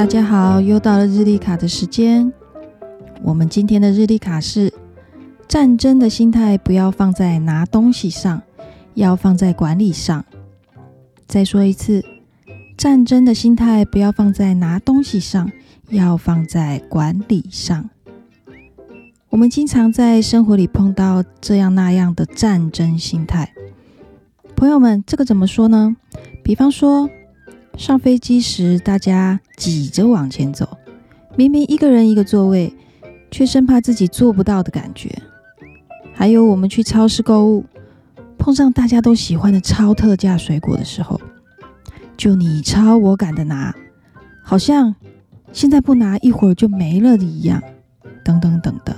大家好，又到了日历卡的时间。我们今天的日历卡是战争的心态不要放在拿东西上，要放在管理上。再说一次，战争的心态不要放在拿东西上，要放在管理上。我们经常在生活里碰到这样那样的战争心态。朋友们，这个怎么说呢？比方说上飞机时，大家挤着往前走，明明一个人一个座位，却生怕自己做不到的感觉。还有我们去超市购物，碰上大家都喜欢的超特价水果的时候，就你超我赶的拿，好像现在不拿一会儿就没了的一样，等等等的。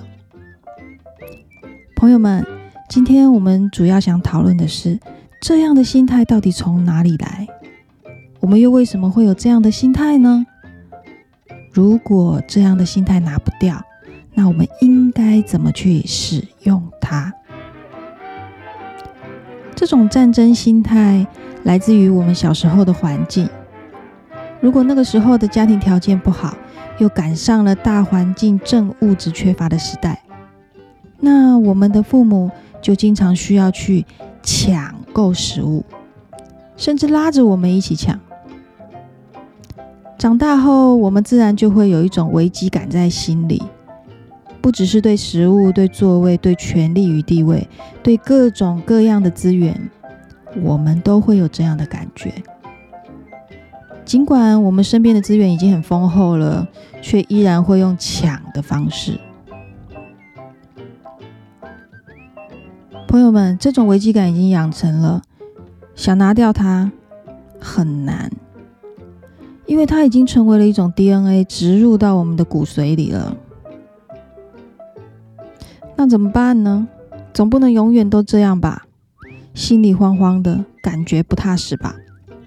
朋友们，今天我们主要想讨论的是，这样的心态到底从哪里来？我们又为什么会有这样的心态呢？如果这样的心态拿不掉，那我们应该怎么去使用它？这种战争心态来自于我们小时候的环境。如果那个时候的家庭条件不好，又赶上了大环境正物质缺乏的时代，那我们的父母就经常需要去抢购食物，甚至拉着我们一起抢。长大后，我们自然就会有一种危机感在心里，不只是对食物、对座位、对权力与地位、对各种各样的资源，我们都会有这样的感觉。尽管我们身边的资源已经很丰厚了，却依然会用抢的方式。朋友们，这种危机感已经养成了，想拿掉它很难，因为它已经成为了一种 DNA 植入到我们的骨髓里了。那怎么办呢？总不能永远都这样吧？心里慌慌的，感觉不踏实吧？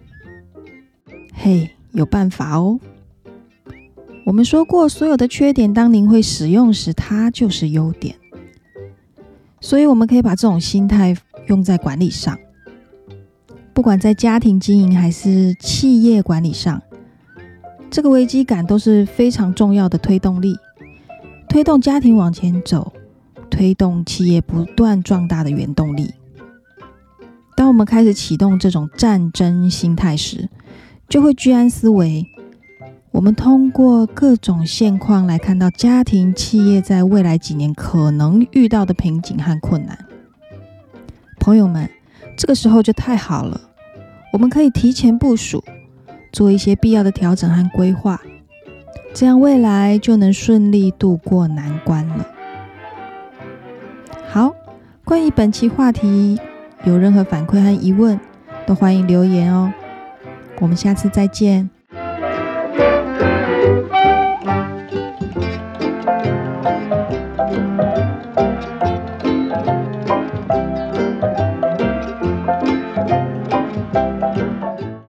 嘿，有办法哦。我们说过，所有的缺点当您会使用时，它就是优点。所以我们可以把这种心态用在管理上，不管在家庭经营还是企业管理上，这个危机感都是非常重要的推动力，推动家庭往前走，推动企业不断壮大的原动力。当我们开始启动这种战争心态时，就会居安思危。我们通过各种现况来看到家庭企业在未来几年可能遇到的瓶颈和困难。朋友们，这个时候就太好了，我们可以提前部署，做一些必要的调整和规划，这样未来就能顺利度过难关了。好，关于本期话题有任何反馈和疑问，都欢迎留言哦。我们下次再见。